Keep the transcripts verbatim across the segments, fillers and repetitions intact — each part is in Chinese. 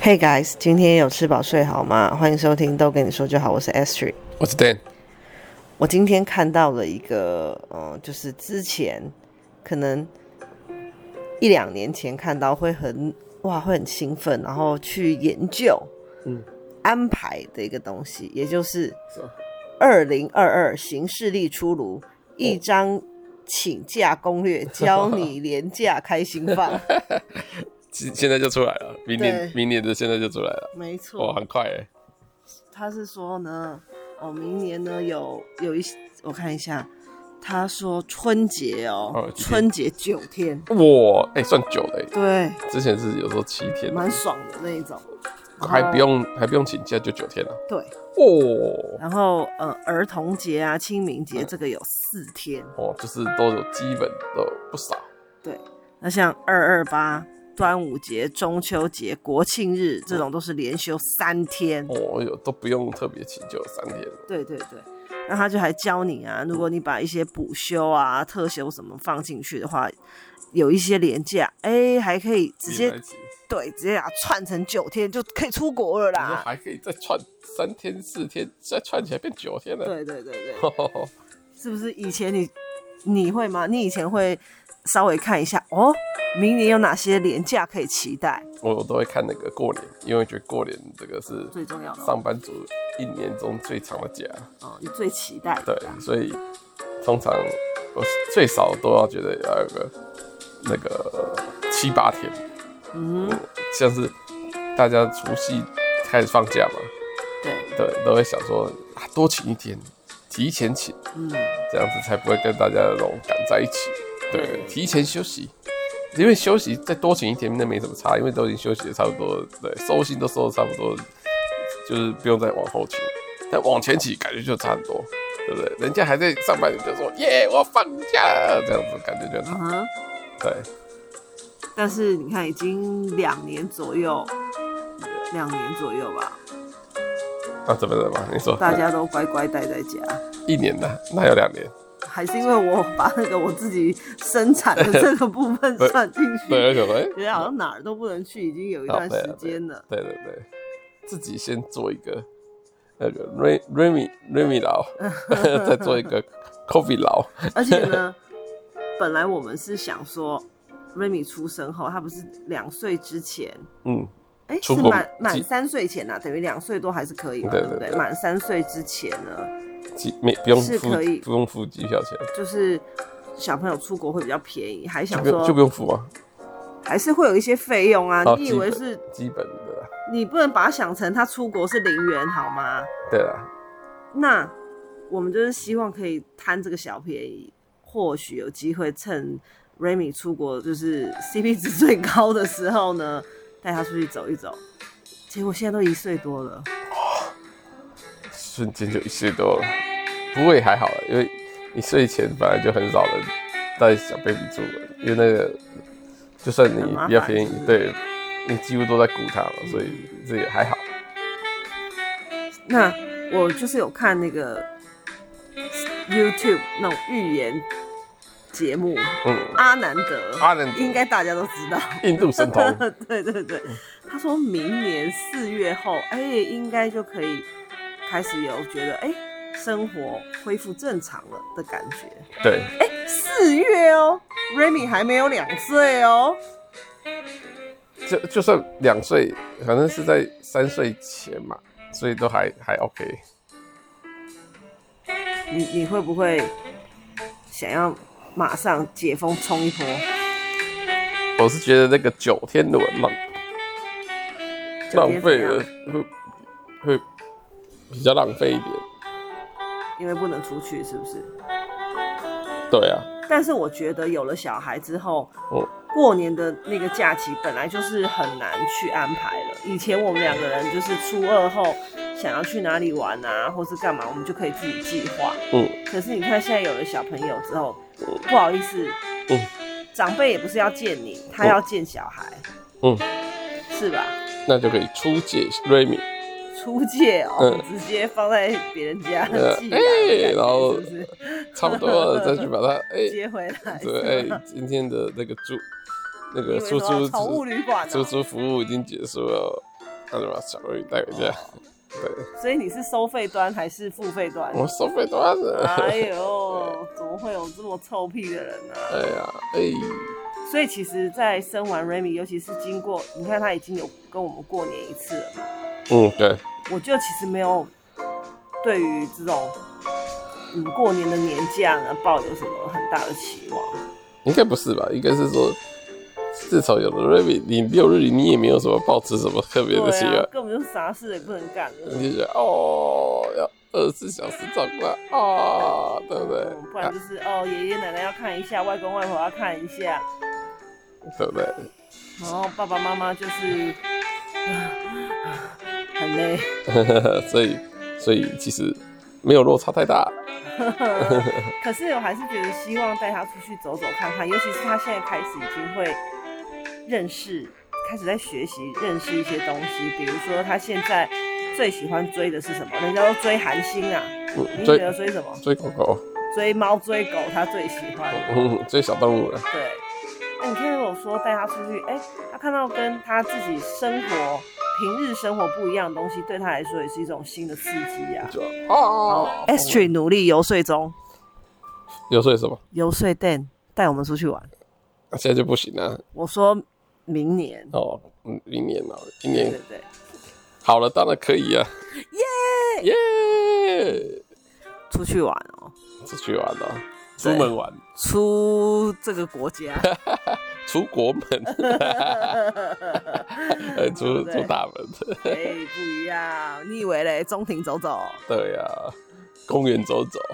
Hey guys， 今天有吃饱睡好吗？欢迎收听都跟你说就好，我是 Astrid， 我是 Dan。 我今天看到了一个，呃，就是之前可能一两年前看到会很哇会很兴奋，然后去研究，嗯，安排的一个东西，也就是二零二二行事历出炉，一张请假攻略，教你连假开心放。 现在就出来了，明年明年的现在就出来了， 没错， 哇，很快哎。 他是说呢，哦，明年呢有有一些，我看一下，他说春节哦，哦春节九天， 哇，哎、欸，算久了哎。 对， 之前是有时候七天， 蛮爽的那一种， 还不用还不用请假就九天了。 对， 哦， 然后呃，儿童节啊、清明节、嗯、这个有四天， 哦，就是都有基本都不少。 对，那像二二八。端午节、中秋节、国庆日这种都是连休三天哦，有都不用特别请，就有三天。对对对，那他就还教你啊，如果你把一些补休啊、特休什么放进去的话，有一些连假，哎、欸，还可以直接对直接把它串成九天，就可以出国了啦。 还可以再串三天、四天，再串起来变九天了。 对对对对，是不是以前你你会吗？你以前会稍微看一下哦？明年有哪些连假可以期待？ 我都会看那个过年，因为觉得过年这个是最重要的， 上班族一年中最长的假。 哦，你最期待的。 对，所以通常我最少都要觉得要有个那个七八天。嗯，像是大家除夕开始放假嘛， 对对，都会想说啊，多请一天，提前请，嗯，这样子才不会跟大家那种赶在一起。对，提前休息。因为休息再多请一天那没什么差，因为都已经休息的差不多了，对，收心都收的差不多，就是不用再往后请，但往前请感觉就差很多，对不对？人家还在上班，你就说耶，我放假了，这样子感觉就差。Uh-huh. 对。 但是你看，已经两年左右，两年左右吧。 啊，怎么了嘛？你说。 大家都乖乖待在家。 一年呢？那有两年。 还是因为我把那个我自己生产的这个部分算进去， 对，而且觉得好像哪儿都不能去，已经有一段时间了。 对对 对, 對，自己先做一个那个 Remy Remy 老，再做一个 Coffee 老。 而且呢，本来我们是想说 Remy 出生后，他不是两岁之前，嗯，哎、欸，是满满三岁前啊，等于两岁多还是可以嘛，对不对？满三岁之前呢？ 没不用付是可以不用付机票钱， 就是小朋友出国会比较便宜，还想说就不用付啊， 还是会有一些费用啊。 哦、 你以为是基本的啦， 你不能把它想成他出国是零元好吗？ 对啦， 那我们就是希望可以贪这个小便宜，或许有机会趁 Remy 出国就是 C P 值最高的时候呢，带他出去走一走。结果现在都一岁多了。 瞬间就一岁多了，不过也还好了，因为一岁前本来就很少人带小 baby 出门，因为那个就算你比较便宜，对，你几乎都在顾他嘛，所以这也还好。 那我就是有看那个 YouTube 那种寓言节目，嗯，阿南德， 阿南德应该大家都知道， 印度神童， 对对对，他说明年四月后，哎、欸，应该就可以。开始有觉得哎、欸，生活恢复正常了的感觉。 对， 哎、欸，四月哦 ，Remy 还没有两岁哦。 就就算两岁，反正是在三岁前嘛，所以都还还 OK。 你你会不会想要马上解封冲一波？ 我是觉得那个九天的浪浪费了，会会。比较浪费一点， 因为不能出去，是不是？ 对啊。 但是我觉得有了小孩之后，嗯，过年的那个假期本来就是很难去安排了。以前我们两个人就是初二后想要去哪里玩啊，或是干嘛，我们就可以自己计划。嗯。可是你看现在有了小朋友之后，嗯、不好意思，嗯，长辈也不是要见你，他要见小孩，嗯，是吧？ 那就可以出借 Remy。 出借哦、喔嗯，直接放在别人家寄养， 哎，然后差不多了再去把它哎、欸、 接回来。 对，哎、欸，今天的那个猪那个出租宠物旅馆， 出租服务已经结束了， 那就把小瑞带回家。对， 所以你是收费端还是付费端？ 我收费端的。 哎呦，怎么会有这么臭屁的人呢、啊？ 哎呀，哎。 所以其实，在生完 Remy， 尤其是经过，你看他已经有跟我们过年一次了嘛。 嗯，对。 我就其实没有对于这种嗯过年的年假呢，抱有什么很大的期望。 应该不是吧？应该是说，自从有了 Remy， 你六日你也没有什么抱持什么特别的期望、啊， 根本就是啥事也不能干的。 你就觉得哦，要二十四小时照顾他啊，对不对？ 嗯、不然就是、啊、哦，爷爷奶奶要看一下，外公外婆要看一下。 对不对？ 然后爸爸妈妈就是很累， 所以所以其实没有落差太大。 可是我还是觉得希望带他出去走走看看，尤其是他现在开始已经会认识，开始在学习认识一些东西，比如说他现在最喜欢追的是什么？人家都追韩星啊，嗯、你觉得追什么？ 追狗狗， 追猫追狗，他最喜欢。 嗯，追小动物了。 对。欸、你听我说带他出去，哎、欸，他看到跟他自己生活平日生活不一样的东西，对他来说也是一种新的刺激啊。 哦 ，Astrid 努力游说中。 游说什么？ 游说 Dan 带我们出去玩。 现在就不行了。 我说明年。 哦，嗯，明年嘛，明年。 对对对。 好了，当然可以啊。 耶耶！ 出去玩哦。 出去玩哦。出门玩， 出这个国家， 出国门，出出大门， 哎、欸，不一样。你以为嘞？中庭走走？ 对呀、啊，公园走走。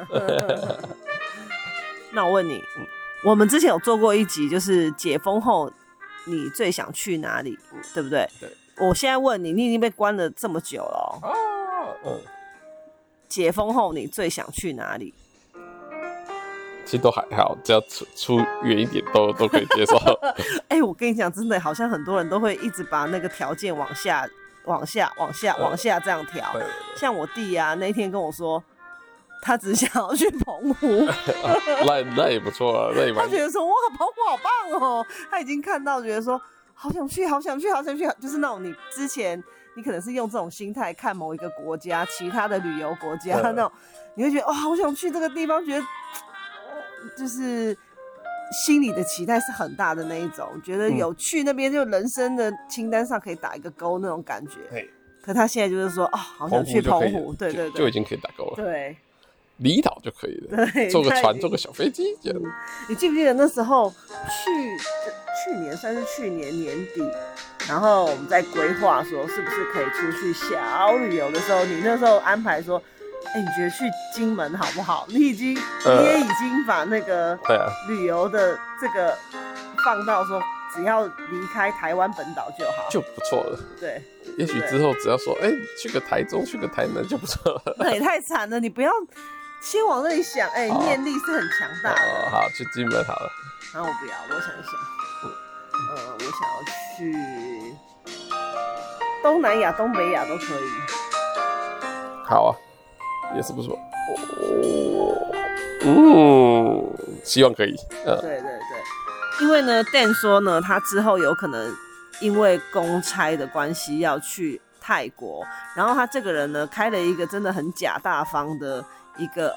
那我问你，嗯、我们之前有做过一集，就是解封后你最想去哪里，嗯、对不对？ 对。 我现在问你，你已经被关了这么久了、喔，哦，嗯，解封后你最想去哪里？ 其实都还好，只要出出远一点都都可以接受。 哎、欸，我跟你讲，真的好像很多人都会一直把那个条件往下、往下、往下、往下这样调。像我弟啊，那天跟我说，他只想要去澎湖。 那那也不错啊，那也蛮。 他觉得说哇，澎湖好棒哦，他已经看到，觉得说好想去，好想去，好想去，就是那种你之前你可能是用这种心态看某一个国家、其他的旅游国家那种，你会觉得哇、哦，好想去这个地方，觉得。就是心里的期待是很大的那一种，觉得有去那边就人生的清单上可以打一个勾那种感觉。嗯、可他现在就是说，哦，好想去澎湖，对对对， 就已经可以打勾了。 对， 离岛就可以了， 对， 坐个船，坐个小飞机这样、嗯。 你记不记得那时候去去年算是去年年底，然后我们在规划说是不是可以出去小旅游的时候，你那时候安排说。哎、欸，你觉得去金门好不好？你已经，呃、你也已经把那个旅游的这个放到说，只要离开台湾本岛就好， 就不错了。 对， 也许之后只要说，哎、欸，去个台中，去个台南就不错了。 那也太惨了，你不要先往那里想，哎、欸，念力是很强大的。 哦，好，去金门好了。 然后我不要，我想一想，嗯、呃，我想要去东南亚、东北亚都可以。 好啊。也是不错，哦，嗯，希望可以。嗯、 对对对，因为呢 ，Dan 说呢，他之后有可能因为公差的关系要去泰国，然后他这个人呢，开了一个真的很假大方的一个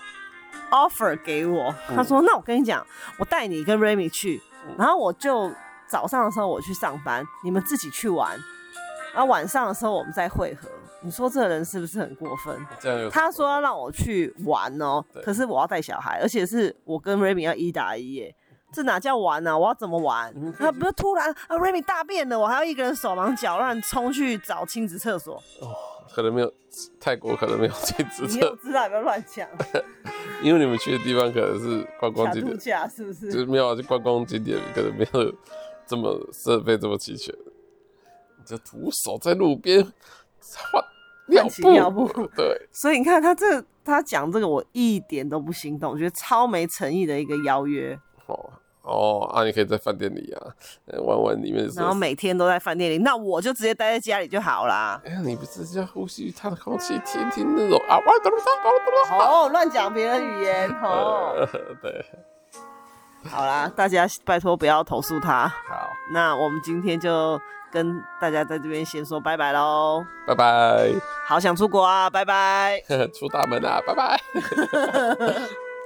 offer 给我，嗯、他说：“那我跟你讲，我带你跟 Remy 去，然后我就早上的时候我去上班，你们自己去玩，然后晚上的时候我们再会合。”你说这个人是不是很过分？他说要让我去玩哦，可是我要带小孩，而且是我跟 Remy 要一打一耶，这哪叫玩啊？我要怎么玩？他不是突然啊 Remy 大便了，我还要一个人手忙脚乱冲去找亲子厕所。 哦，可能没有泰国，可能没有亲子厕所。 你又知道有没有乱讲？ 因为你们去的地方可能是观光景点， 度假是不是？ 就是没有去观光景点，可能没有这么设备这么齐全。你就徒手在路边换。 尿布，尿布， 对， 所以你看他这他讲这个，我一点都不心动，我觉得超没诚意的一个邀约。 哦哦，啊，你可以在饭店里啊，玩玩里面的， 然后每天都在饭店里，那我就直接待在家里就好啦。 哎呀，你不是要呼吸他的空气，听听那种啊， 哦，乱讲别人语言哦。 呃、对， 好啦，大家拜托不要投诉他。 好， 那我们今天就跟大家在这边先说拜拜喽， 拜拜。 好想出国啊，拜拜。 出大门啊，拜拜。